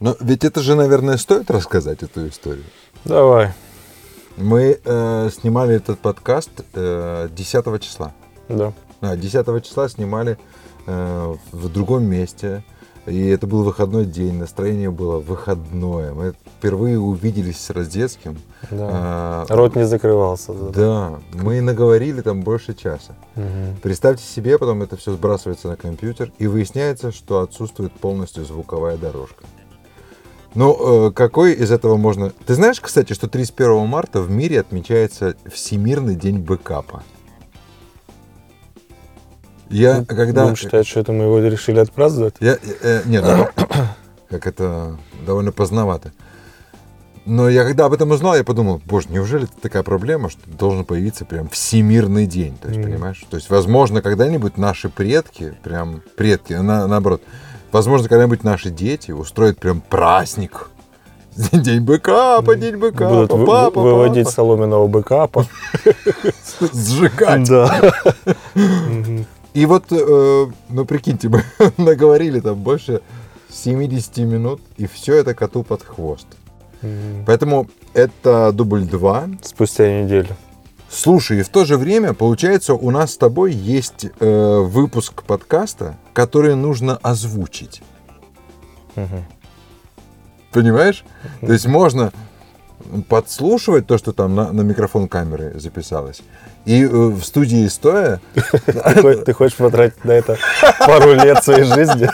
Но ведь это же, наверное, стоит рассказать эту историю. Давай. Мы снимали этот подкаст 10 числа. Да. 10 числа снимали в другом месте. И это был выходной день, настроение было выходное. Мы впервые увиделись с Раздетским. Да. Рот не закрывался. Да, мы наговорили там больше часа. Угу. Представьте себе, потом это все сбрасывается на компьютер, и выясняется, что отсутствует полностью звуковая дорожка. Ну, какой из этого можно... Ты знаешь, кстати, что 31 марта в мире отмечается Всемирный день бэкапа? Будем считать, что это мы его решили отпраздновать? Нет, как это довольно поздновато. Но я когда об этом узнал, я подумал, боже, неужели это такая проблема, что должен появиться прям Всемирный день? То есть, понимаешь? То есть, возможно, когда-нибудь наши предки, наоборот, возможно, когда-нибудь наши дети устроят прям праздник. День бэкапа, день бэкапа. Будут выводить соломенного бэкапа. Сжигать. Да. И вот, ну прикиньте, мы наговорили там больше 70 минут, и все это коту под хвост. Поэтому это дубль 2. Спустя неделю. Слушай, и в то же время, получается, у нас с тобой есть выпуск подкаста, который нужно озвучить. Понимаешь? То есть можно подслушивать то, что там на микрофон камеры записалось. И в студии стоя... Ты хочешь потратить на это пару лет своей жизни?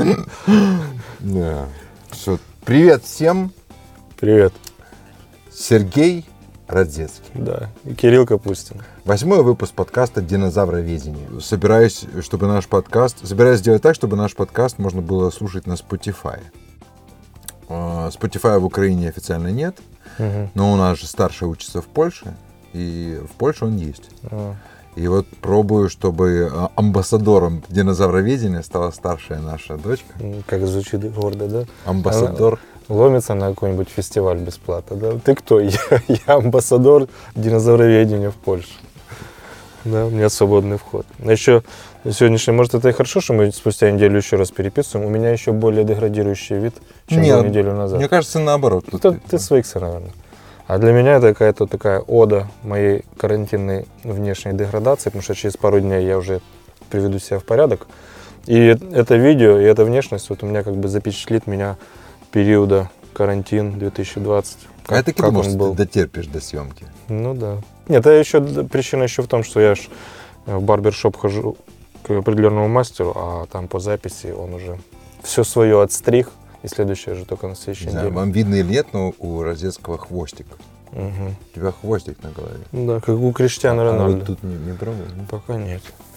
Да. Привет всем. Привет. Сергей Раздетский. Да. И Кирилл Капустин. 8-й выпуск подкаста «Динозавроведение». Собираюсь сделать так, чтобы наш подкаст можно было слушать на Spotify. Spotify в Украине официально нет, но у нас же старшая учится в Польше, и в Польше он есть. И вот пробую, чтобы амбассадором динозавроведения стала старшая наша дочка. Как звучит гордо, да? Амбассадор. Ломится на какой-нибудь фестиваль бесплатно, да? Ты кто? Я амбассадор динозавроведения в Польше. Да, у меня свободный вход. Еще сегодняшний, может, это и хорошо, что мы спустя неделю еще раз переписываем. У меня еще более деградирующий вид, чем был неделю назад. Мне кажется, наоборот. Ты свыкся, наверное. А для меня это какая-то такая ода моей карантинной внешней деградации, потому что через пару дней я уже приведу себя в порядок. И это видео, и эта внешность вот у меня как бы запечатлит меня периода карантин 2020. А ты думал, что ты дотерпишь до съемки? Ну да. Нет, причина еще в том, что я ж в барбершоп хожу к определенному мастеру, а там по записи он уже все свое отстриг, и следующее же только на следующей неделе. Вам видно или нет, но у Раздетского хвостик. У тебя хвостик на голове. Да, как у Криштиану Рональдо. А тут не пробовал? Пока нет.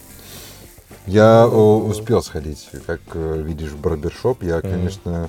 Я успел сходить, как видишь, в барбершоп. Я, конечно,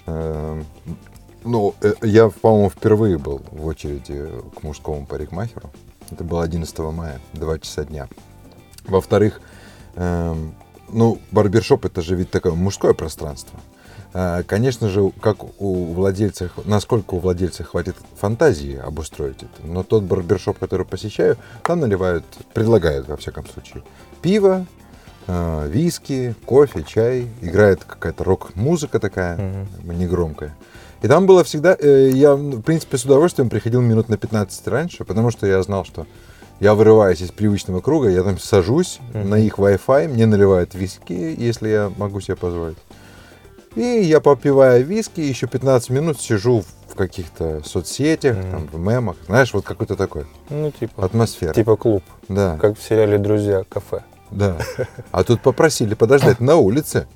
я, по-моему, впервые был в очереди к мужскому парикмахеру. Это было 11 мая, 2 часа дня. Во-вторых, барбершоп — это же ведь такое мужское пространство. Конечно же, насколько у владельца хватит фантазии обустроить это. Но тот барбершоп, который посещаю, там предлагают, во всяком случае, пиво, виски, кофе, чай. Играет какая-то рок-музыка такая, негромкая. И там было всегда... Я, в принципе, с удовольствием приходил минут на 15 раньше, потому что я знал, что я вырываюсь из привычного круга, я там сажусь на их Wi-Fi, мне наливают виски, если я могу себе позволить. И я, попивая виски, еще 15 минут сижу в каких-то соцсетях, там, в мемах. Знаешь, вот какой-то такой атмосфера. Типа клуб. Да. Как в сериале «Друзья», кафе. Да. А тут попросили подождать на улице.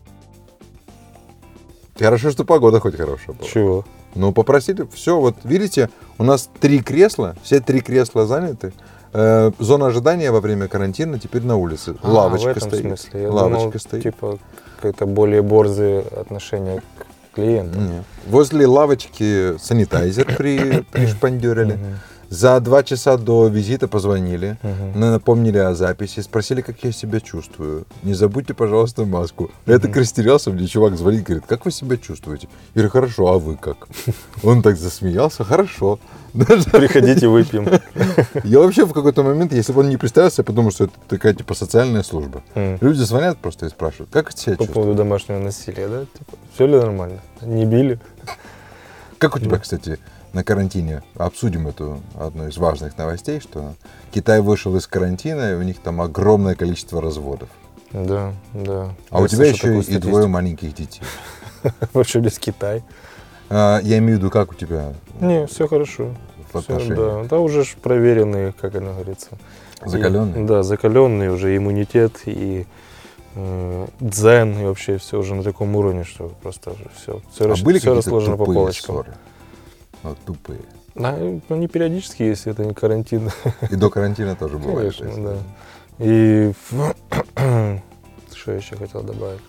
Хорошо, что погода хоть хорошая была. Чего? Ну, попросили. Все, вот видите, у нас 3 кресла, все 3 кресла заняты. Зона ожидания во время карантина теперь на улице. Лавочка в этом стоит. Смысле? Я Лавочка думал, стоит. Типа какое-то более борзые отношения к клиентам. Нет. Возле лавочки санитайзер пришпандерили. За 2 часа до визита позвонили, напомнили о записи, спросили, как я себя чувствую. Не забудьте, пожалуйста, маску. Я так растерялся, мне чувак звонит, говорит, как вы себя чувствуете? Я говорю, хорошо, а вы как? Он так засмеялся, хорошо. Приходите, выпьем. Я вообще в какой-то момент, если бы он не представился, я подумал, что это такая типа социальная служба. Люди звонят просто и спрашивают, как ты себя чувствуешь? По поводу домашнего насилия, да? Типа, все ли нормально? Не били? Как у тебя, кстати, на карантине? Обсудим эту одну из важных новостей, что Китай вышел из карантина, и у них там огромное количество разводов. Да, да. А у тебя еще и двое маленьких детей. Вообще здесь Китай. Я имею в виду, как у тебя? Не, все хорошо. Да, да, уже ж проверенные, как оно говорится. Закаленные? Да, закаленный уже иммунитет и дзен, и вообще все уже на таком уровне, что просто уже все были все расложено по полочкам. Ссоры? Вот тупые. Да, ну, не периодически, если это не карантин. И до карантина тоже бывает. Конечно, да. И что я еще хотел добавить?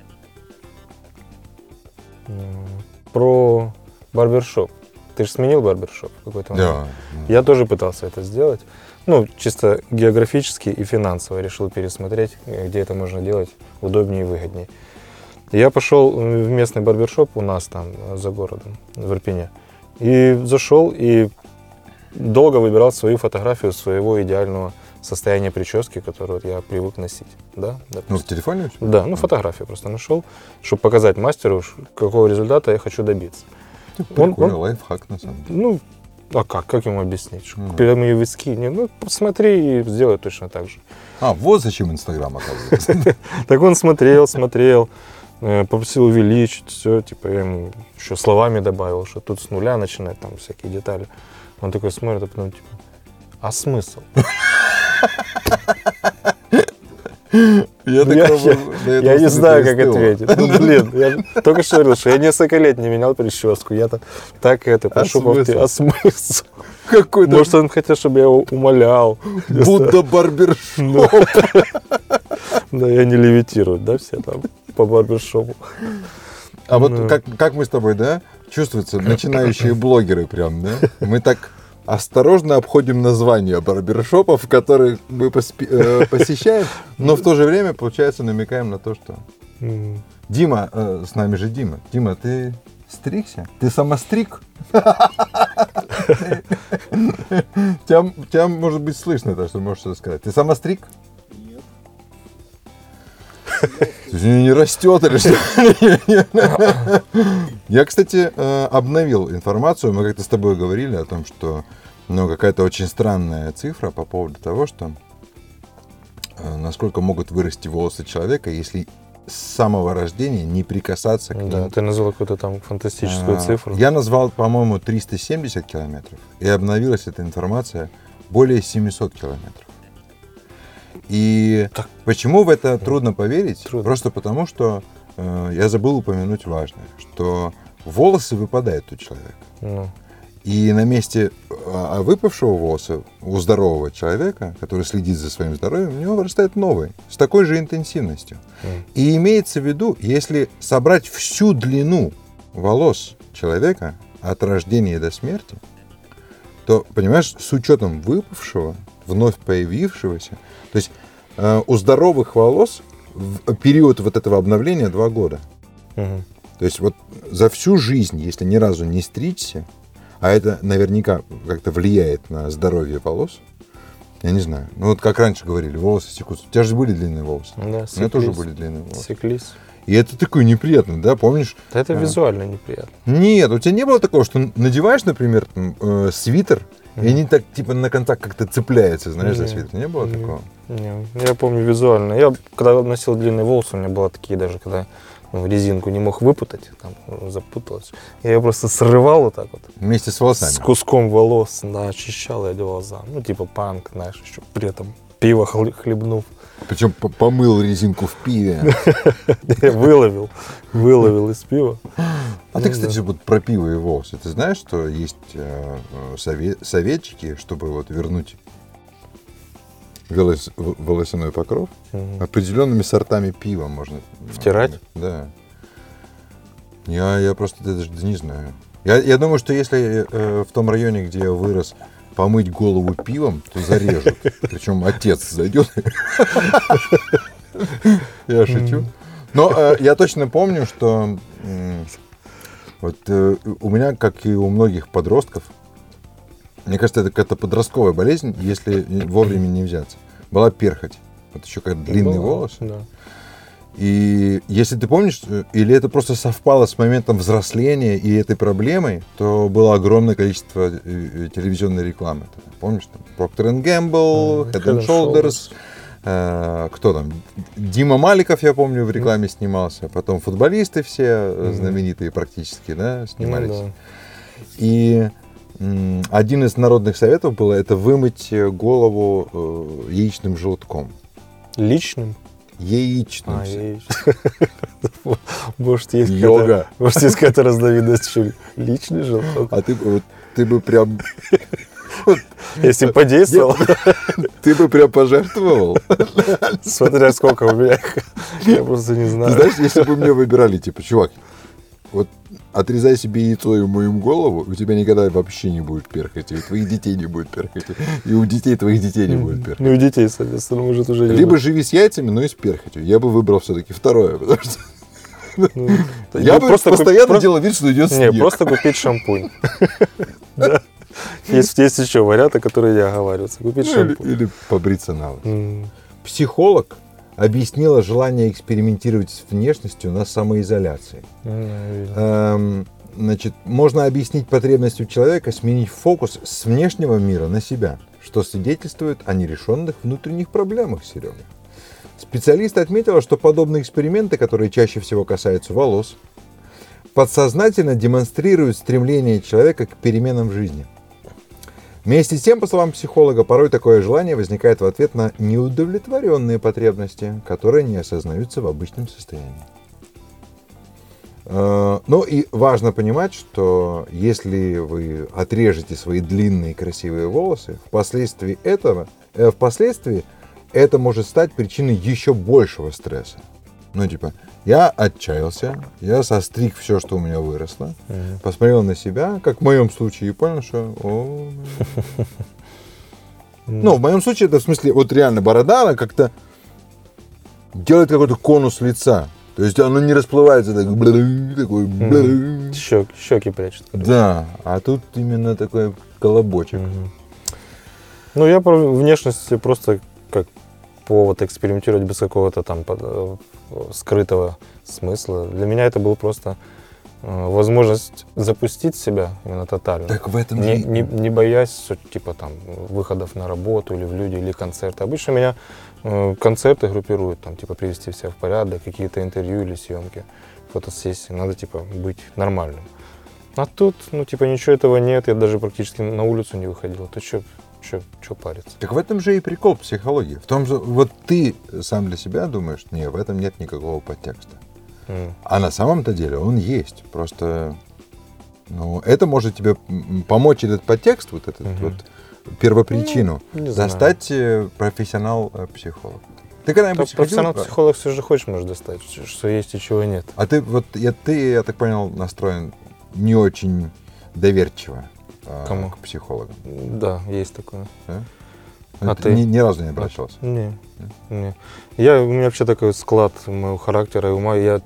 Про барбершоп. Ты же сменил барбершоп в какой-то момент? Да. Я тоже пытался это сделать. Ну, чисто географически и финансово решил пересмотреть, где это можно делать удобнее и выгоднее. Я пошел в местный барбершоп у нас там за городом, в Ирпене. И зашел и долго выбирал свою фотографию своего идеального состояния прически, которую вот я привык носить. Да, ну, в телефоне? Да, ну фотографию просто нашел, чтобы показать мастеру, какого результата я хочу добиться. Прикольный лайфхак, на самом деле. Ну, а как ему объяснить? Прямые виски? Не, ну, посмотри и сделай точно так же. Вот зачем Инстаграм, оказывается. Так он смотрел, попросил увеличить, все, типа, я ему еще словами добавил, что тут с нуля начинать, там, всякие детали. Он такой смотрит, а потом, типа, а смысл? Я не знаю, как ответить. Ну, блин, я только что говорил, что я несколько лет не менял прическу. Я так это, прошу повторить. А смысл? Какой-то... Может, он хотел, чтобы я его умолял. Будто барбершоп. Да, я не левитирую, да, все там по барбершопу. А вот как мы с тобой, да, чувствуется, начинающие блогеры прям, да? Мы так осторожно обходим названия барбершопов, которые мы посещаем, но в то же время, получается, намекаем на то, что... Дима, с нами же Дима. Дима, ты стригся? Ты самостриг? Тебя, может быть, слышно, то, что можешь что-то сказать. Ты самостриг? Нет. Не растет или что? Я, кстати, обновил информацию. Мы как-то с тобой говорили о том, что какая-то очень странная цифра по поводу того, что насколько могут вырасти волосы человека, если с самого рождения не прикасаться к ним. Да, ты назвал какую-то там фантастическую цифру. Я назвал, по-моему, 370 километров, и обновилась эта информация более 700 километров. И почему в это трудно поверить? Просто потому, что я забыл упомянуть важное, что волосы выпадают у человека. И на месте выпавшего волоса у здорового человека, который следит за своим здоровьем, у него вырастает новый, с такой же интенсивностью. И имеется в виду, если собрать всю длину волос человека от рождения до смерти, то, понимаешь, с учетом выпавшего, вновь появившегося, то есть у здоровых волос период вот этого обновления 2 года. То есть вот за всю жизнь, если ни разу не стричься, а это наверняка как-то влияет на здоровье волос. Я не знаю. Ну вот как раньше говорили, волосы секутся. У тебя же были длинные волосы. Да, у меня тоже были длинные волосы. Секлись. И это такое неприятно, да, помнишь? Да это визуально неприятно. Нет, у тебя не было такого, что надеваешь, например, свитер, и они так типа на контакт как-то цепляются, знаешь, за свитер. Не было такого? Не, я помню визуально. Я когда носил длинные волосы, у меня было такие даже, когда резинку не мог выпутать, там запуталась. Я ее просто срывал вот так вот. Вместе с волосами? С куском волос, да, очищал и одевал за. Ну, типа панк, знаешь, еще при этом пиво хлебнув. Причем помыл резинку в пиве. Выловил из пива. А ты, кстати, вот про пиво и волосы. Ты знаешь, что есть советчики, чтобы вот вернуть волосяной покров? Определенными сортами пива можно... Втирать? Да. Я просто даже не знаю. Я думаю, что если в том районе, где я вырос, помыть голову пивом, то зарежут. Причем отец зайдет. Я шучу. Но я точно помню, что вот у меня, как и у многих подростков, мне кажется, это какая-то подростковая болезнь, если вовремя не взяться. Была перхоть. Вот еще как длинные волосы. Да. И если ты помнишь, или это просто совпало с моментом взросления и этой проблемой, то было огромное количество телевизионной рекламы. Помнишь, там Procter & Gamble, Head & Shoulders, кто там? Дима Маликов, я помню, в рекламе снимался. Потом футболисты все знаменитые практически, да, снимались. Ну, да. И один из народных советов было это вымыть голову яичным желтком. Личным? Яичным. Может, есть йога. Может, есть какая-то разновидность, что личный желток. А ты бы прям... Если подействовал. Ты бы прям пожертвовал. Смотря сколько у меня. Я просто не знаю. Ты знаешь, если бы мне выбирали, типа, чувак, вот отрезай себе яйцо и моим голову, у тебя никогда вообще не будет перхоти, у твоих детей не будет перхоти, и у детей твоих детей не будет перхоти. Ну, у детей, соответственно, может уже... Либо живи с яйцами, но и с перхотью. Я бы выбрал все-таки второе, потому что... Я бы постоянно делал вид, что идет снег. Не, просто купить шампунь. Есть еще варианты, которые не оговариваются. Купить шампунь. Или побриться на ночь. Психолог объяснила желание экспериментировать с внешностью на самоизоляции. Значит, можно объяснить потребность у человека сменить фокус с внешнего мира на себя, что свидетельствует о нерешенных внутренних проблемах Сереги. Специалист отметила, что подобные эксперименты, которые чаще всего касаются волос, подсознательно демонстрируют стремление человека к переменам в жизни. Вместе с тем, по словам психолога, порой такое желание возникает в ответ на неудовлетворенные потребности, которые не осознаются в обычном состоянии. Ну и важно понимать, что если вы отрежете свои длинные красивые волосы, впоследствии это может стать причиной еще большего стресса. Ну типа, я отчаялся, я состриг все, что у меня выросло, посмотрел на себя, как в моем случае, и понял, что... Ну, в моем случае, это в смысле, вот реально борода, она как-то делает какой-то конус лица. То есть оно не расплывается, такой... Щеки прячет. Да, а тут именно такой колобочек. Ну, я про внешность просто как повод экспериментировать без какого-то там скрытого смысла. Для меня это был просто возможность запустить себя именно тотально. Так в этом не боясь типа там выходов на работу или в люди, или концерты. Обычно меня концерты группируют, там типа привести себя в порядок, какие-то интервью или съемки, фотосессии. Надо типа быть нормальным. А тут, ну типа ничего этого нет, я даже практически на улицу не выходил. Ты что париться? Так в этом же и прикол психологии. В том же, вот ты сам для себя думаешь, не, в этом нет никакого подтекста. А на самом-то деле он есть. Просто, ну, это может тебе помочь этот подтекст, вот этот вот первопричину, достать профессионал-психолог. Ты когда-нибудь профессионал-психолог все же хочешь, можешь достать, что есть и чего нет. А ты, вот, ты, я так понял, настроен не очень доверчиво. Кому? К психологам. Да, есть такое. Да? А ты ни разу не обращался? Не. У меня вообще такой склад моего характера и ума. Я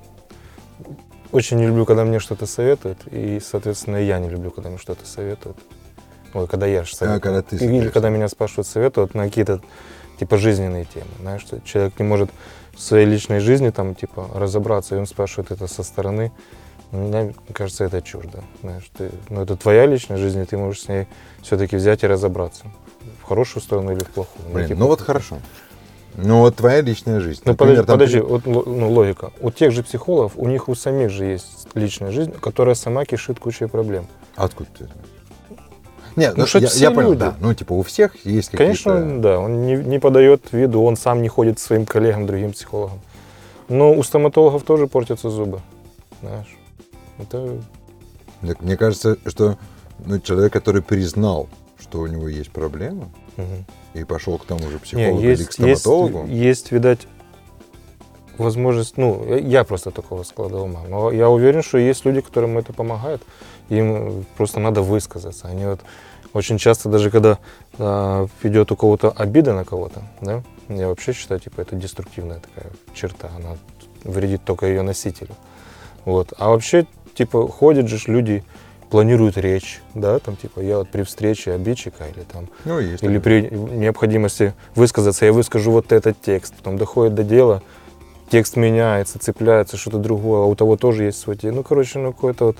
очень не люблю, когда мне что-то советуют, и, соответственно, я не люблю, когда мне что-то советуют. Ой, когда я же советую. Когда ты или когда меня спрашивают советуют на какие-то типа жизненные темы. Знаешь, что человек не может в своей личной жизни там типа разобраться, и он спрашивает это со стороны. Мне кажется, это чуждо. Знаешь, это твоя личная жизнь, и ты можешь с ней все-таки взять и разобраться. В хорошую сторону или в плохую. Блин, ну вот хорошо. Ну вот твоя личная жизнь. Ну подожди, вот, логика. У тех же психологов, у них у самих же есть личная жизнь, которая сама кишит кучей проблем. Откуда ты знаешь? Нет, ну, я понял, да. Ну, типа, у всех есть какие-то... Конечно, да. Он не подает виду, он сам не ходит к своим коллегам, другим психологам. Но у стоматологов тоже портятся зубы. Знаешь. Это... Так, мне кажется, что человек, который признал, что у него есть проблема, и пошел к тому же психологу или к стоматологу... Есть, видать, возможность... Ну, я просто такого склада ума. Но я уверен, что есть люди, которым это помогает. Им просто надо высказаться. Они вот очень часто, даже когда идет у кого-то обида на кого-то, да, я вообще считаю, типа, это деструктивная такая черта. Она вредит только ее носителю. Вот. А вообще, типа, ходят же люди, планируют речь, да, там, типа, я вот при встрече обидчика или там, или при необходимости высказаться, я выскажу вот этот текст, потом доходит до дела, текст меняется, цепляется, что-то другое, а у того тоже есть свой текст. Ну, короче, какой-то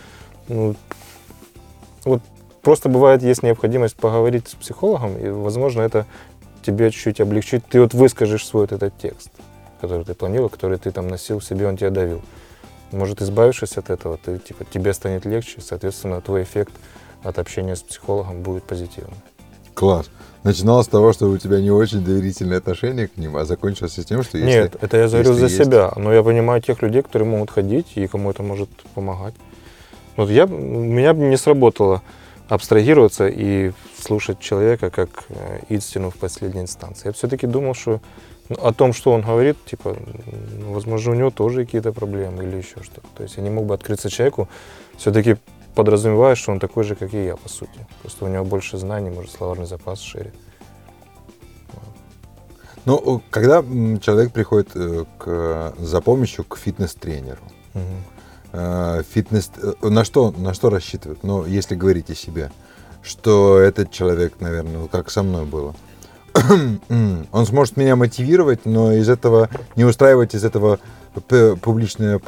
вот просто бывает, есть необходимость поговорить с психологом, и, возможно, это тебе чуть-чуть облегчит. Ты вот выскажешь свой этот текст, который ты планировал, который ты там носил в себе, он тебя давил. Может, избавившись от этого, тебе станет легче, соответственно, твой эффект от общения с психологом будет позитивным. Класс. Начиналось с того, что у тебя не очень доверительное отношение к ним, а закончилось с тем, что если... Нет, это я говорю за себя, но я понимаю тех людей, которые могут ходить, и кому это может помогать. Вот у меня не сработало абстрагироваться и слушать человека как истину в последней инстанции. Я все-таки думал, что о том, что он говорит, возможно, у него тоже какие-то проблемы или еще что-то. То есть я не мог бы открыться человеку, все-таки подразумевая, что он такой же, как и я, по сути. Просто у него больше знаний, может, словарный запас шире. Ну, когда человек приходит за помощью к фитнес-тренеру, на что рассчитывает? Ну, если говорить о себе, что этот человек, наверное, как со мной было, он сможет меня мотивировать, но из этого не устраивать из этого публичный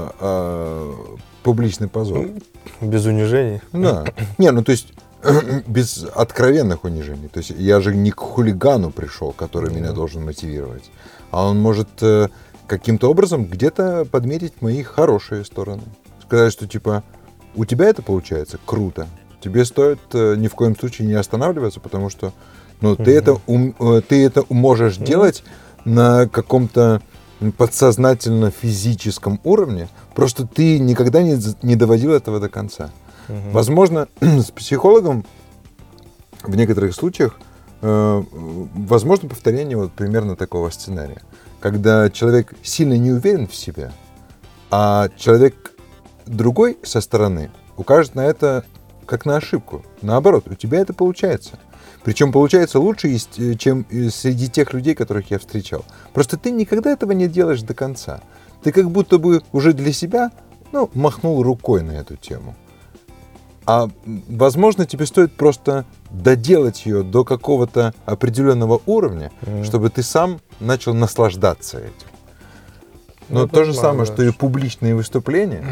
позор. Без унижений? Да. То есть без откровенных унижений. То есть я же не к хулигану пришел, который меня должен мотивировать, а он может каким-то образом где-то подметить мои хорошие стороны. Сказать, что у тебя это получается круто. Тебе стоит ни в коем случае не останавливаться, потому что ты это можешь делать на каком-то подсознательно-физическом уровне, просто ты никогда не доводил этого до конца. Возможно, с психологом в некоторых случаях возможно повторение примерно такого сценария. Когда человек сильно не уверен в себе, а человек другой со стороны укажет на это как на ошибку. Наоборот, у тебя это получается. Причем получается лучше, чем среди тех людей, которых я встречал. Просто ты никогда этого не делаешь до конца. Ты как будто бы уже для себя махнул рукой на эту тему. А возможно, тебе стоит просто доделать ее до какого-то определенного уровня, чтобы ты сам начал наслаждаться этим. Но то же самое, что и публичные выступления.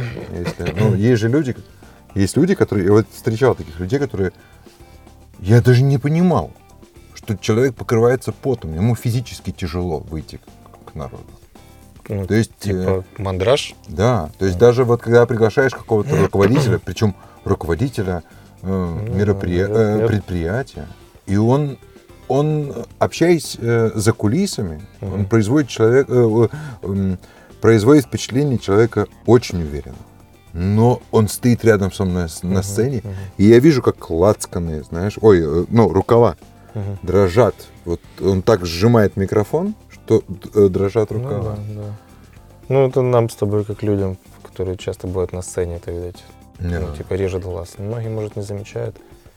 Есть люди, которые... Я встречал таких людей, которые... Я даже не понимал, что человек покрывается потом, ему физически тяжело выйти к народу. То есть, мандраж? Да, то есть даже когда приглашаешь какого-то руководителя, причем руководителя предприятия, и он общаясь за кулисами, он производит впечатление человека очень уверенного. Но он стоит рядом со мной на сцене, и я вижу, как лацканы, рукава дрожат. Вот он так сжимает микрофон, что дрожат рукава. Это нам с тобой, как людям, которые часто бывают на сцене, это, видать, режет глаз. Многие, может, не замечают.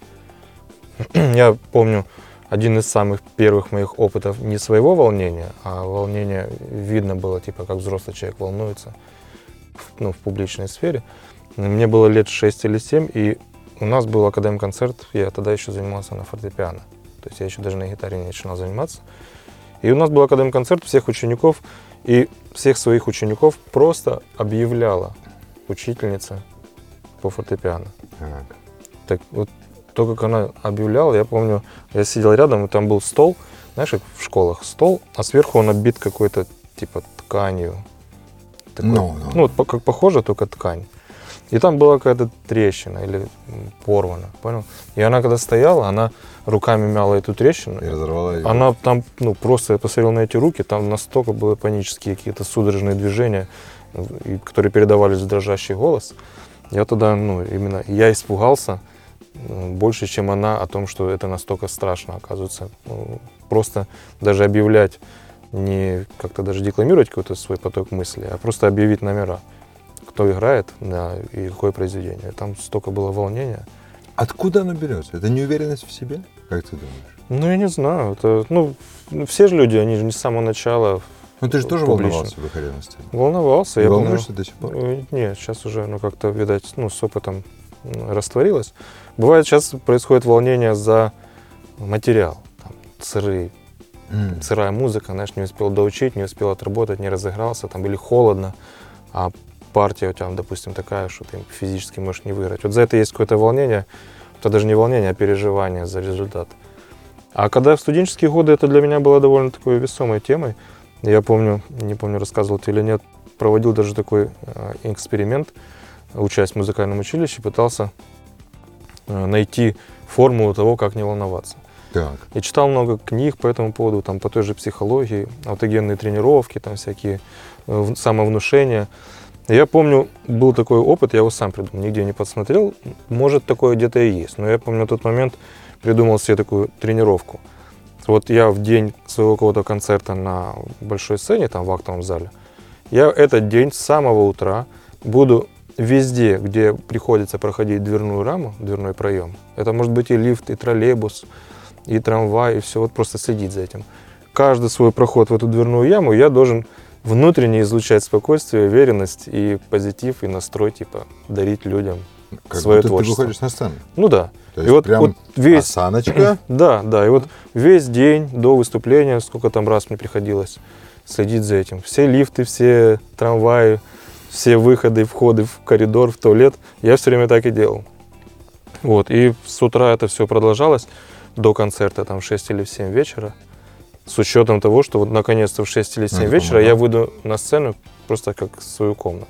Я помню один из самых первых моих опытов не своего волнения, а волнения видно было, как взрослый человек волнуется в публичной сфере. Мне было лет 6 или 7, и у нас был академ-концерт, я тогда еще занимался на фортепиано. То есть я еще даже на гитаре не начинал заниматься. И у нас был академ-концерт всех учеников, и всех своих учеников просто объявляла учительница по фортепиано. Так вот, то, как она объявляла, я помню, я сидел рядом, и там был стол, знаешь, как в школах стол, а сверху он оббит какой-то тканью. Как похоже, только ткань. И там была какая-то трещина или порвана, понял? И она, когда стояла, она руками мяла эту трещину. И разорвала ее. Она там, просто я посмотрел на эти руки, там настолько были панические какие-то судорожные движения, которые передавались в дрожащий голос. Я тогда, я испугался больше, чем она, о том, что это настолько страшно, оказывается. Просто даже объявлять, не как-то даже декламировать какой-то свой поток мыслей, а просто объявить номера, кто играет, и какое произведение. Там столько было волнения. Откуда оно берется? Это неуверенность в себе? Как ты думаешь? Я не знаю. Это, все же люди, они же не с самого начала. Ты же тоже волновался, выходя на сцену? Волновался. И волнуешься до сих пор? Нет, сейчас уже, как-то, видать, с опытом растворилось. Бывает, сейчас происходит волнение за материал. Там, сыры, Сырая музыка, знаешь, не успел доучить, не успел отработать, не разыгрался, там, или холодно, а партия у тебя, допустим, такая, что ты физически можешь не выиграть. Вот за это есть какое-то волнение, это даже не волнение, а переживание за результат. А когда в студенческие годы это для меня было довольно такой весомой темой, я помню, не помню, рассказывал ты или нет, проводил даже такой эксперимент, учась в музыкальном училище, пытался найти формулу того, как не волноваться. Так. И читал много книг по этому поводу, там, по той же психологии, аутогенные тренировки, там всякие самовнушения. Я помню, был такой опыт, я его сам придумал, нигде не подсмотрел, может, такое где-то и есть, но я помню, на тот момент придумал себе такую тренировку. Вот я в день своего какого-то концерта на большой сцене, там в актовом зале, я этот день с самого утра буду везде, где приходится проходить дверную раму, дверной проем, это может быть и лифт, и троллейбус, и трамвай, и все, вот просто следить за этим. Каждый свой проход в эту дверную яму я должен внутренне излучать спокойствие, уверенность и позитив, и настрой, типа, дарить людям Как свое будто творчество. ты выходишь на сцену. Ну да. То И есть вот, прям вот весь, осаночка. да, и вот весь день до выступления, сколько там раз мне приходилось следить за этим. Все лифты, все трамваи, все выходы, входы в коридор, в туалет, я все время так и делал. Вот, и с утра это все продолжалось до концерта, там, в 6 или в 7 вечера. С учетом того, что вот наконец-то в 6 или 7 вечера я выйду на сцену просто как в свою комнату.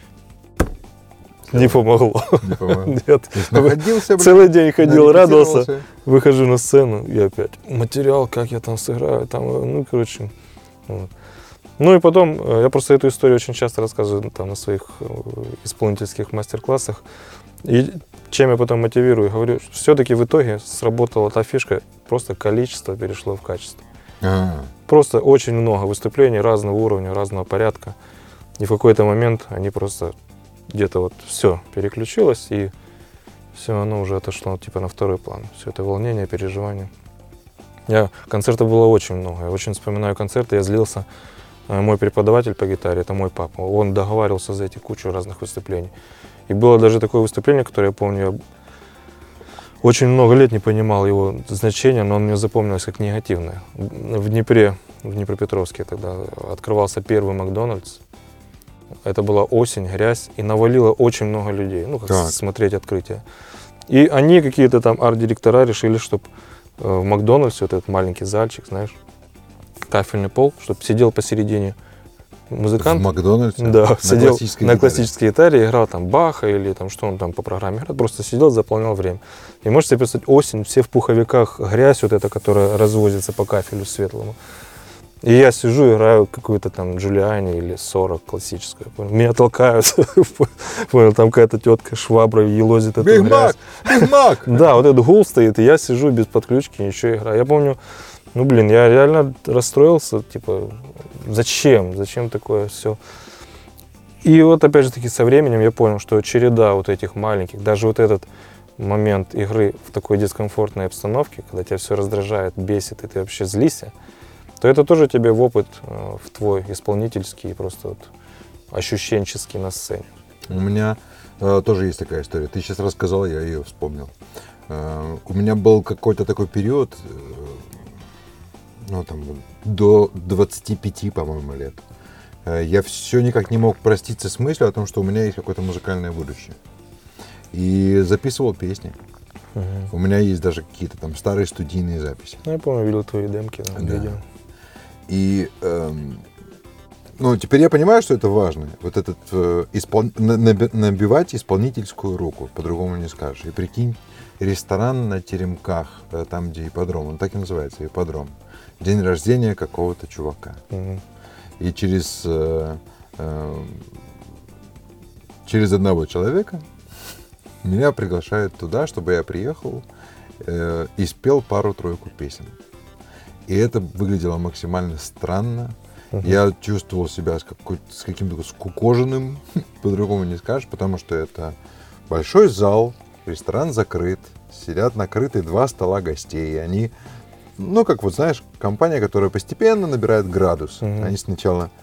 Не помогло. Не помогло. Нет. Находился, Целый день ходил, радовался. нарепетировался. Выхожу на сцену и опять материал, как я там сыграю, там, ну, короче. Вот. Ну и потом, я просто эту историю очень часто рассказываю там на своих исполнительских мастер-классах. И чем я потом мотивирую, говорю, все-таки в итоге сработала та фишка, просто количество перешло в качество. Просто очень много выступлений разного уровня, разного порядка. И в какой-то момент они просто где-то вот все переключилось, и все, оно уже отошло типа на второй план. Все это волнение, переживание. Концертов было очень много. Я очень вспоминаю концерты, я злился. Мой преподаватель по гитаре, это мой папа, он договаривался за эти кучу разных выступлений. И было даже такое выступление, которое я помню, я очень много лет не понимал его значения, но он мне запомнился как негативное. В Днепре, в Днепропетровске тогда открывался первый Макдональдс. Это была осень, грязь, и навалило очень много людей, ну, как смотреть открытие. И они, какие-то там арт-директора, решили, чтобы в Макдональдсе, вот этот маленький зальчик, знаешь, кафельный пол, чтобы сидел посередине музыкант. В Макдональдсе? Да, сидел на гитаре. классической гитаре, играл там Баха или там что он там по программе играет, просто сидел, заполнял время. И можете себе представить, осень, все в пуховиках, грязь вот эта, которая развозится по кафелю светлому. И я сижу, играю какую-то там Джулиани или 40 классическую. Меня толкают, понял, там какая-то тетка шваброй елозит эту грязь. Биг Мак! Да, вот этот гул стоит, и я сижу без подключки, ничего играю. Я помню, ну, блин, я реально расстроился, типа, зачем такое все. И вот, опять же таки, со временем я понял, что череда вот этих маленьких, даже вот этот момент игры в такой дискомфортной обстановке, когда тебя все раздражает, бесит, и ты вообще злишься, то это тоже тебе в опыт, в твой исполнительский, просто вот ощущенческий на сцене. У меня тоже есть такая история. Ты сейчас рассказал, я ее вспомнил. У меня был какой-то такой период, ну, там, до 25, по-моему, лет. Я все никак не мог проститься с мыслью о том, что у меня есть какое-то музыкальное будущее. И записывал песни. У меня есть даже какие-то там старые студийные записи. Ну, я помню, видел твои демки на видео. И ну, теперь я понимаю, что это важно. Вот этот набивать исполнительскую руку, по-другому не скажешь. И прикинь, ресторан на Теремках, там, где ипподром, он так и называется, ипподром. День рождения какого-то чувака. И через одного человека меня приглашают туда, чтобы я приехал и спел пару-тройку песен. И это выглядело максимально странно. Я чувствовал себя с каким-то скукоженным, по-другому не скажешь, потому что это большой зал, ресторан закрыт, сидят накрытые 2 стола гостей, и они, ну, как вот, знаешь, компания, которая постепенно набирает градус. Они сначала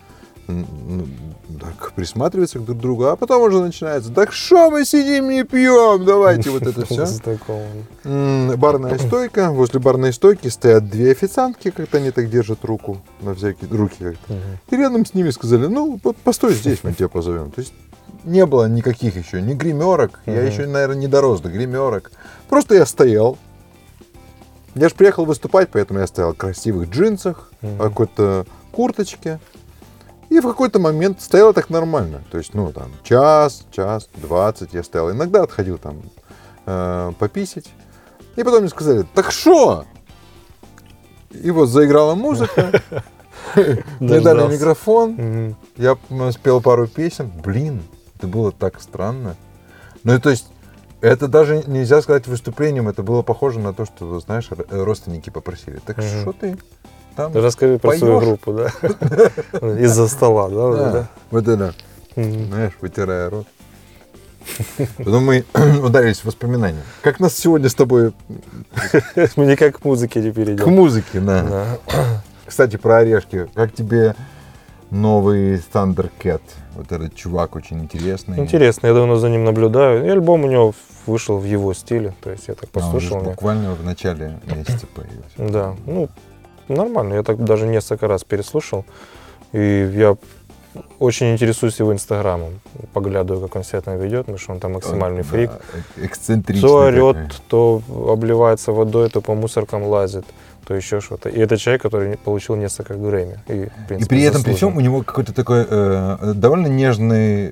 так присматриваются друг к другу, а потом уже начинается: так что мы сидим не пьем, давайте вот это все. Барная стойка, возле барной стойки стоят две официантки, как-то они так держат руку, на всякие руки как-то. И рядом с ними сказали: ну, вот постой здесь, мы тебя позовем. То есть не было никаких еще, ни гримерок, я еще, наверное, не дорос до гримерок. Просто я стоял. Я же приехал выступать, поэтому я стоял в красивых джинсах, какой-то курточке. И в какой-то момент стояло так нормально. То есть, ну, там, час, 20 я стоял. Иногда отходил там пописать. И потом мне сказали: так что? И вот заиграла музыка. Мне дали микрофон. Я спел пару песен. Блин, это было так странно. Ну, то есть, это даже нельзя сказать выступлением. Это было похоже на то, что, знаешь, родственники попросили: так что ты там расскажи про свою группу, да? Из-за стола, да? Вот это, знаешь, вытирая рот. Потом мы ударились в воспоминания. Как нас сегодня с тобой... Мы никак к музыке теперь идем. К музыке, да. Кстати, про орешки. Как тебе новый Thundercat? Вот этот чувак очень интересный. Интересно, я давно за ним наблюдаю. И альбом у него вышел в его стиле. То есть я так послушал. Буквально в начале месяца появился. Да, ну, нормально. Я так даже несколько раз переслушал. И я очень интересуюсь его инстаграмом. Поглядываю, как он себя там ведет, потому что он там максимальный фрик. Эксцентричный. То орет, то обливается водой, то по мусоркам лазит, то еще что-то. И это человек, который получил несколько Грэмми. И, в принципе, и при этом, при всем, у него какой-то такой довольно нежные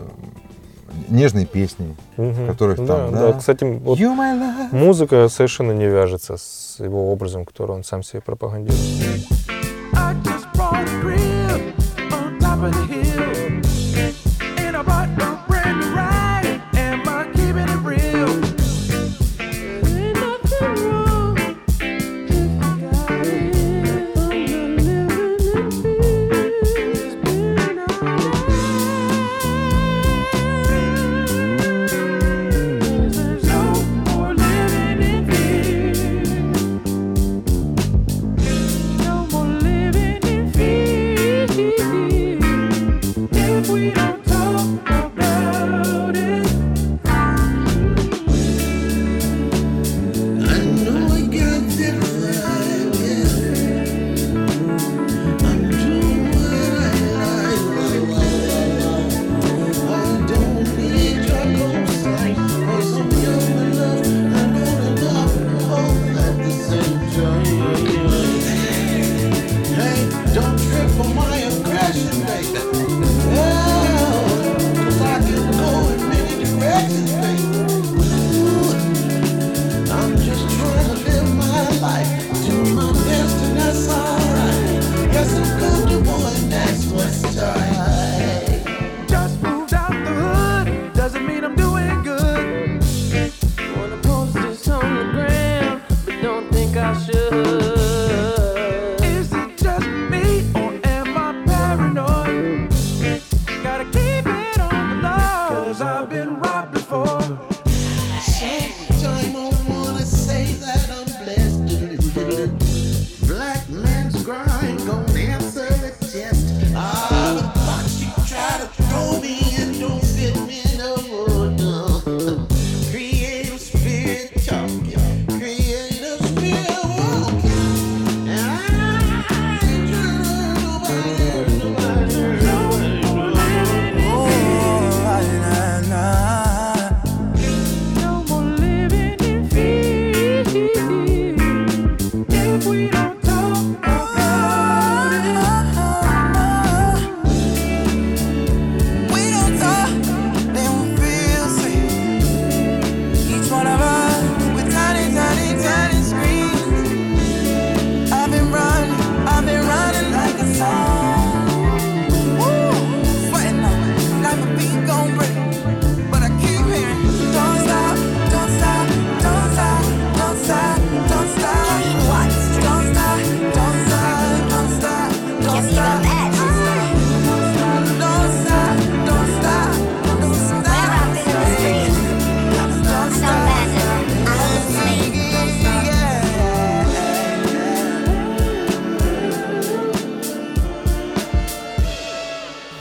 песни, которых там, да. Кстати, вот музыка совершенно не вяжется с его образом, который он сам себе пропагандирует.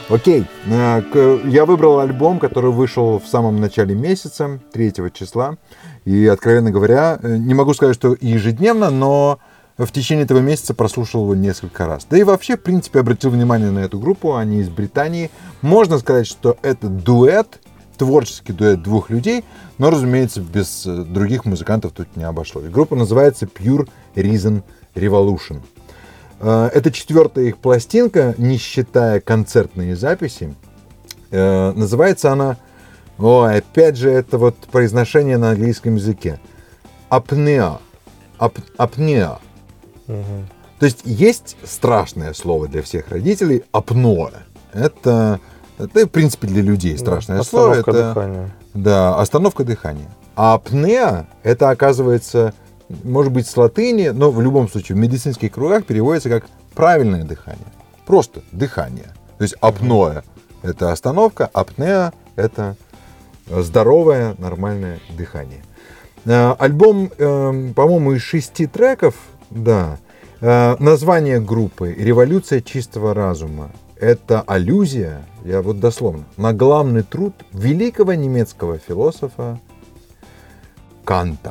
Окей, я выбрал альбом, который вышел в самом начале месяца, 3 числа. И, откровенно говоря, не могу сказать, что ежедневно, но в течение этого месяца прослушал его несколько раз. Да и вообще, в принципе, обратил внимание на эту группу, они из Британии. Можно сказать, что это дуэт, творческий дуэт двух людей, но, разумеется, без других музыкантов тут не обошлось. Группа называется Pure Reason Revolution. Это 4-я их пластинка, не считая концертные записи. Называется она, опять же, это вот произношение на английском языке. Apnea. Apnea. То есть есть страшное слово для всех родителей — апноэ. Это в принципе, для людей страшное слово. Остановка дыхания. Да, остановка дыхания. А апнеа — это, оказывается, может быть, с латыни, но в любом случае в медицинских кругах переводится как правильное дыхание. Просто дыхание. То есть апноэ — это остановка, апнеа — это здоровое, нормальное дыхание. Альбом, по-моему, из 6 треков, да. Название группы «Революция чистого разума». Это аллюзия, я вот дословно, на главный труд великого немецкого философа Канта,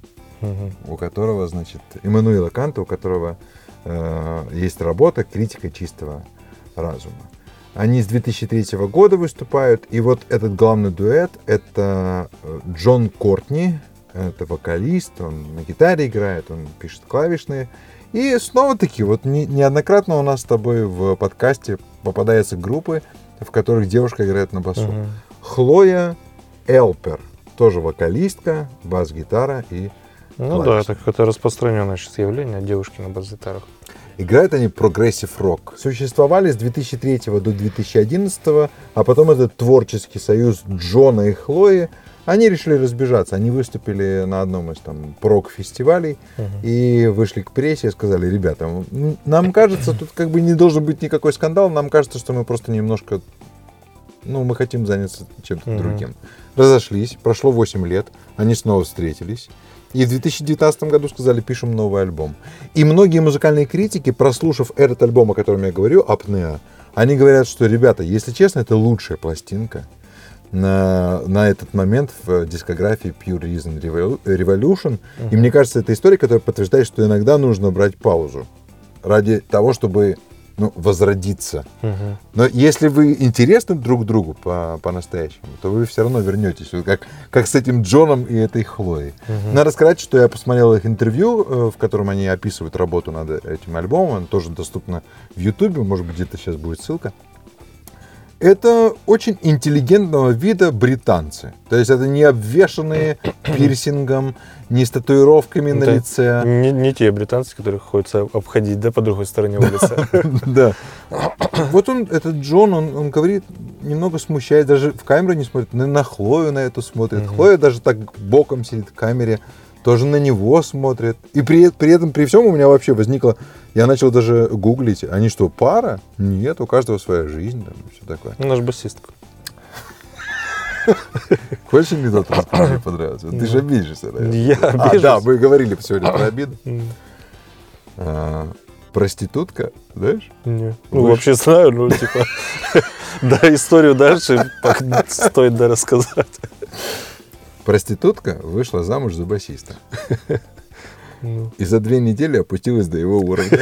у которого, значит, Иммануила Канта, у которого есть работа «Критика чистого разума». Они с 2003 года выступают, и вот этот главный дуэт — это Джон Кортни, это вокалист, он на гитаре играет, он пишет клавишные. И снова-таки, вот неоднократно у нас с тобой в подкасте попадаются группы, в которых девушка играет на басу. Хлоя Элпер, тоже вокалистка, бас-гитара и клавиши. Ну да, это какое-то распространенное сейчас явление, девушки на бас-гитарах. Играют они прогрессив рок. Существовали с 2003 до 2011, а потом этот творческий союз Джона и Хлои, они решили разбежаться. Они выступили на одном из там прок-фестивалей и вышли к прессе и сказали: ребята, нам кажется, тут как бы не должен быть никакой скандал, нам кажется, что мы просто немножко, мы хотим заняться чем-то другим. Разошлись, прошло 8 лет, они снова встретились. И в 2019 году сказали: пишем новый альбом. И многие музыкальные критики, прослушав этот альбом, о котором я говорю, «Апнеа», они говорят, что, ребята, если честно, это лучшая пластинка на этот момент в дискографии Pure Reason Revolution. И мне кажется, это история, которая подтверждает, что иногда нужно брать паузу ради того, чтобы возродиться. Но если вы интересны друг другу по-настоящему, то вы все равно вернетесь. Как с этим Джоном и этой Хлоей. Надо сказать, что я посмотрел их интервью, в котором они описывают работу над этим альбомом. Он тоже доступно в Ютубе, может быть, где-то сейчас будет ссылка. Это очень интеллигентного вида британцы. То есть это не обвешанные пирсингом, не с татуировками на лице. Не те британцы, которых хочется обходить, да, по другой стороне улицы. Да. Вот этот Джон, он говорит, немного смущает, даже в камеру не смотрит, на Хлою на эту смотрит. Хлоя даже так боком сидит в камере, тоже на него смотрит. И при этом, при всем у меня вообще возникло, я начал даже гуглить, они что, пара? Нет, у каждого своя жизнь, там, все такое. Наш басистка. Хочешь анекдот рассказать, мне понравился? Ты же обидишься, наверное. Я обижусь. Да, мы говорили сегодня про обиду. Проститутка, знаешь? Нет. Вообще знаю, типа, да, историю дальше стоит рассказать. Проститутка вышла замуж за басиста. И за 2 недели опустилась до его уровня.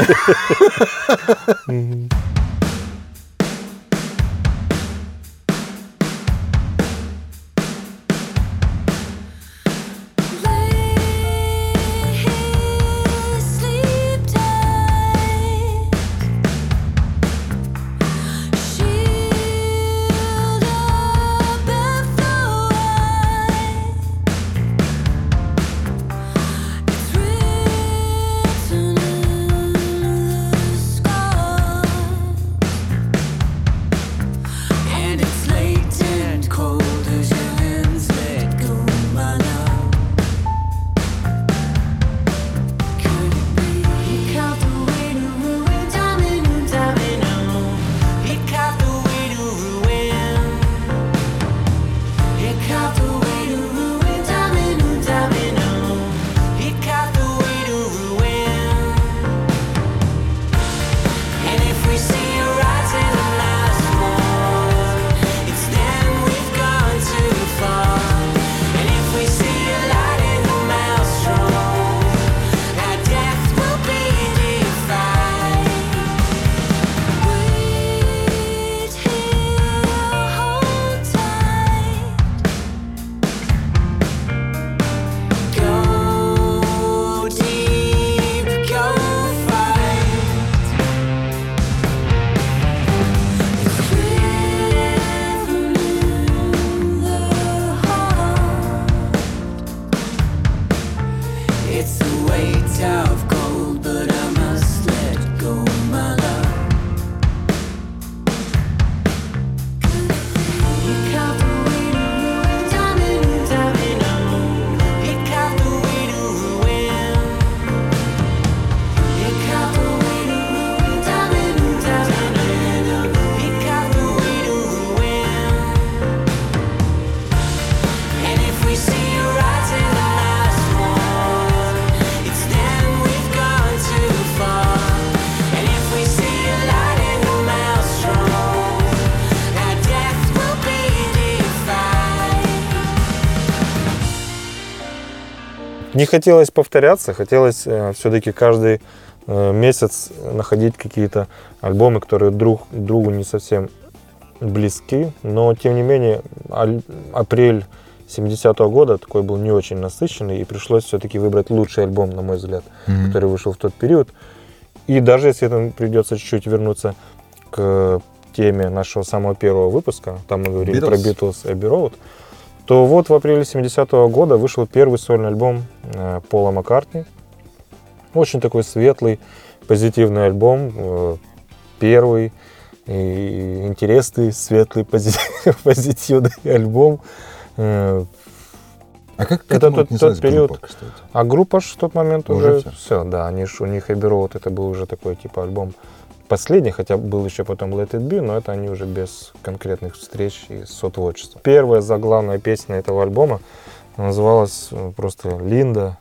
Не хотелось повторяться, хотелось все-таки каждый месяц находить какие-то альбомы, которые друг другу не совсем близки, но тем не менее апрель 70-го года такой был не очень насыщенный, и пришлось все-таки выбрать лучший альбом, на мой взгляд, который вышел в тот период. И даже если это придется чуть-чуть вернуться к теме нашего самого первого выпуска, там мы говорили про Beatles и Abbey Road, то вот в апреле 70-го года вышел первый сольный альбом Пола Маккартни. Очень такой светлый, позитивный альбом, первый, и интересный, светлый, позитивный альбом. А как это тот период, группа, кстати? А группа в тот момент уже все, да, у них Abbey Road, это был уже такой типа альбом последний, хотя был еще потом Let It Be, но это они уже без конкретных встреч и сотворчества. Первая заглавная песня этого альбома называлась просто «Линда».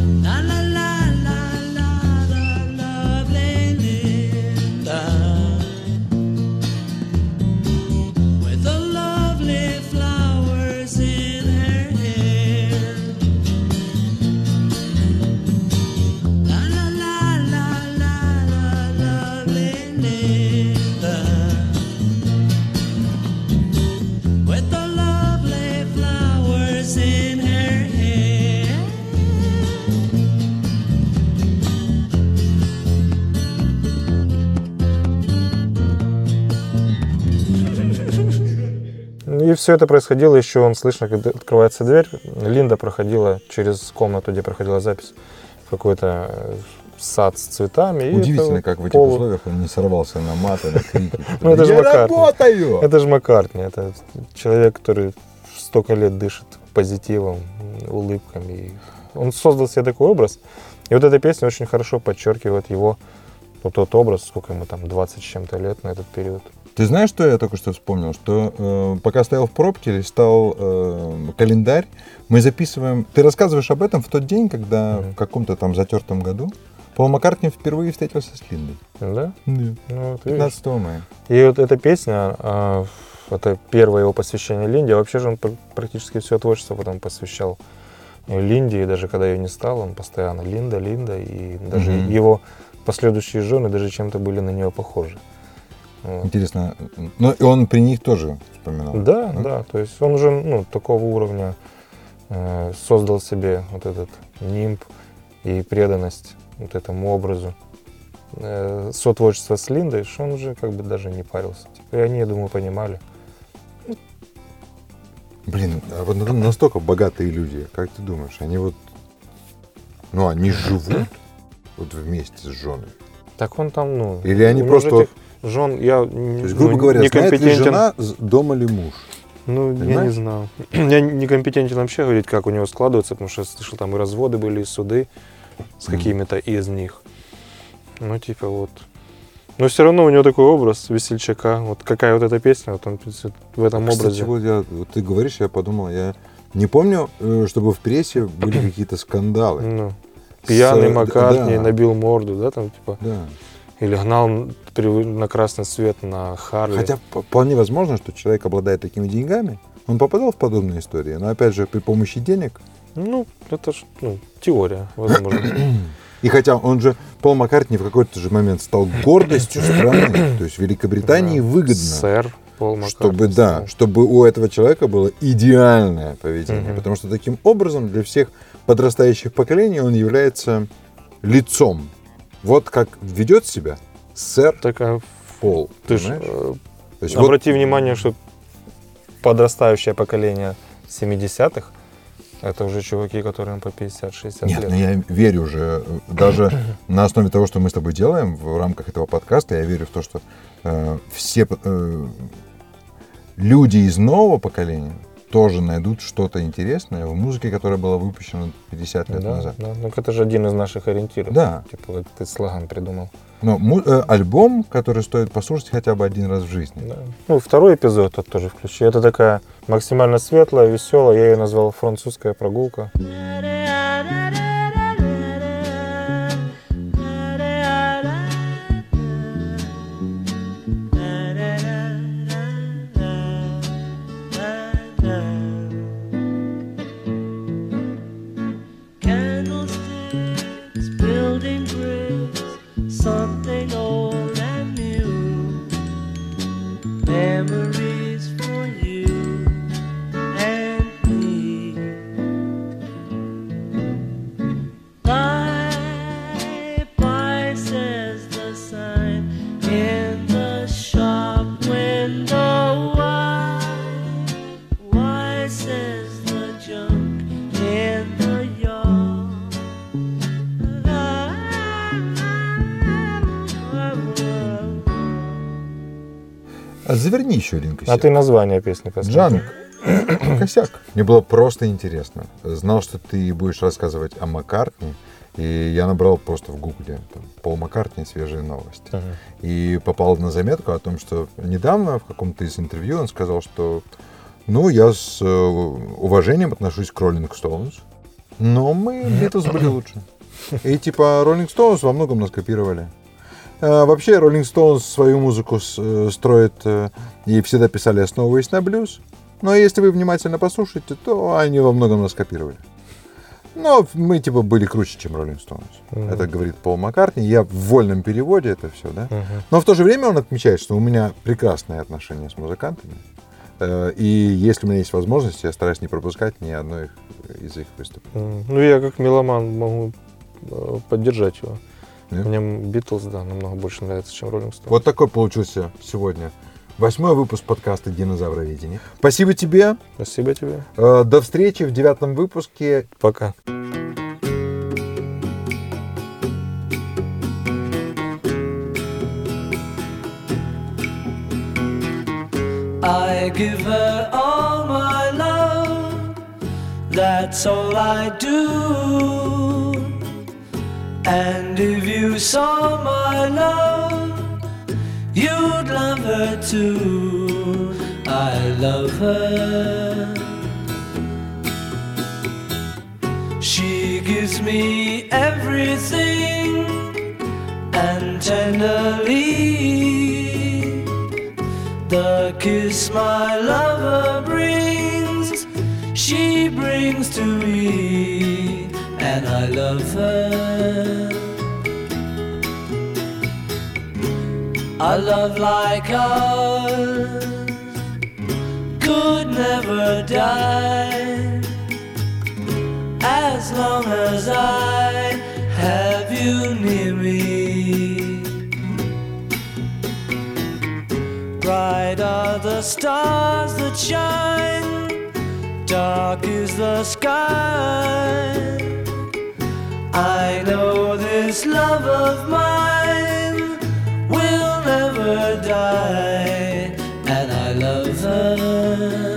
И все это происходило еще, он слышно, когда открывается дверь. Линда проходила через комнату, где проходила запись, в какой-то сад с цветами. Удивительно, как в этих условиях он не сорвался на маты, на крики. Ну, это же «Я Маккартни. работаю!» Это же Маккартни. Это человек, который столько лет дышит позитивом, улыбками. Он создал себе такой образ. И вот эта песня очень хорошо подчеркивает его, вот тот образ, сколько ему там, 20 с чем-то лет на этот период. Ты знаешь, что я только что вспомнил? Что пока стоял в пробке, листал календарь, мы записываем... Ты рассказываешь об этом в тот день, когда в каком-то там затертом году Пол Маккартни впервые встретился с Линдой. Да? Да. Ну, вот 15 мая. И вот эта песня, это первое его посвящение Линде. Вообще же он практически все творчество потом посвящал Линде. И даже когда ее не стало, он постоянно Линда. И даже его последующие жены даже чем-то были на нее похожи. Вот. Интересно. Ну, и он при них тоже вспоминал. Да. То есть он уже такого уровня создал себе вот этот нимб и преданность вот этому образу сотворчества с Линдой, что он уже как бы даже не парился. И они, я думаю, понимали. Блин, а вот настолько богатые люди, как ты думаешь, они вот... Ну, они живут вот вместе с женой? Так он там, Или они просто... Жен, я То есть, грубо говоря, знает ли жена, дома ли муж? Ну, понимаешь? Я не знаю. Я некомпетентен вообще говорить, как у него складывается, потому что я слышал, там и разводы были, и суды с какими-то из них. Ну, типа вот. Но все равно у него такой образ весельчака. Вот какая вот эта песня, вот он в этом образе. Вот ты говоришь, я подумал, я не помню, чтобы в прессе были какие-то скандалы. Ну, пьяный Маккартни набил морду, да, там типа. Да. Или гнал на красный свет на Харли. Хотя вполне возможно, что человек обладает такими деньгами. Он попадал в подобные истории, но опять же при помощи денег. Ну, это же теория, возможно. И хотя он же, Пол Маккартни в какой-то же момент стал гордостью страны, то есть Великобритании выгодно. Сэр Пол Маккартни. Чтобы у этого человека было идеальное поведение. Потому что таким образом для всех подрастающих поколений он является лицом. Вот как ведет себя сэр Пол. Ты ж обрати внимание, что подрастающее поколение 70-х это уже чуваки, которым по 50-60 лет. Нет, я верю уже, даже на основе того, что мы с тобой делаем в рамках этого подкаста, я верю в то, что все люди из нового поколения тоже найдут что-то интересное в музыке, которая была выпущена 50 лет назад. Да, ну это же один из наших ориентиров. Да. Типа как ты слоган придумал. Но альбом, который стоит послушать хотя бы один раз в жизни. Да. Ну, второй эпизод тут тоже включи. Это такая максимально светлая, веселая. Я ее назвал «Французская прогулка». Can А заверни еще один косяк. А ты название песни посмотри. Джанг. Косяк. Мне было просто интересно. Знал, что ты будешь рассказывать о Маккартни, и я набрал просто в гугле Пол Маккартни, свежие новости. И попал на заметку о том, что недавно в каком-то из интервью он сказал, что я с уважением отношусь к Rolling Stones, но мы Beatles были лучше. И типа Rolling Stones во многом нас копировали. Вообще Rolling Stones свою музыку строят и всегда писали, основываясь на блюз. Но если вы внимательно послушаете, то они во многом нас копировали. Но мы типа были круче, чем Rolling Stones. Это говорит Пол Маккартни. Я в вольном переводе это все, да. Но в то же время он отмечает, что у меня прекрасные отношения с музыкантами. И если у меня есть возможность, я стараюсь не пропускать ни одной из их выступлений. Я как меломан могу поддержать его. Нет? Мне Битлз, намного больше нравится, чем Rolling Stones. Вот такой получился сегодня 8-й выпуск подкаста «Динозавроведение». Спасибо тебе. Спасибо тебе. До встречи в 9-м выпуске. Пока. I give her all my love, that's all I do. And if you saw my love, you'd love her too. I love her. She gives me everything, and tenderly the kiss my lover brings, she brings to me, and I love her. A love like ours could never die, as long as I have you near me. Bright are the stars that shine, dark is the sky. I know this love of mine will never die, and I love her.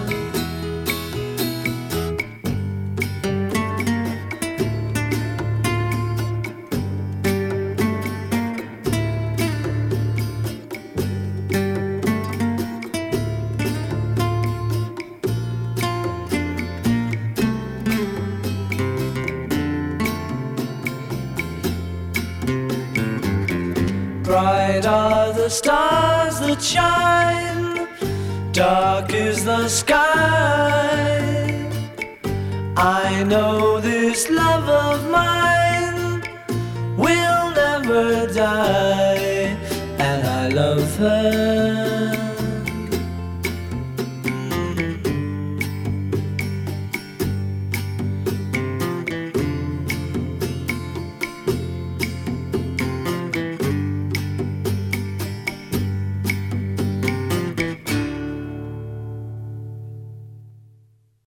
Bright are the stars that shine, dark is the sky. I know this love of mine will never die, and I love her.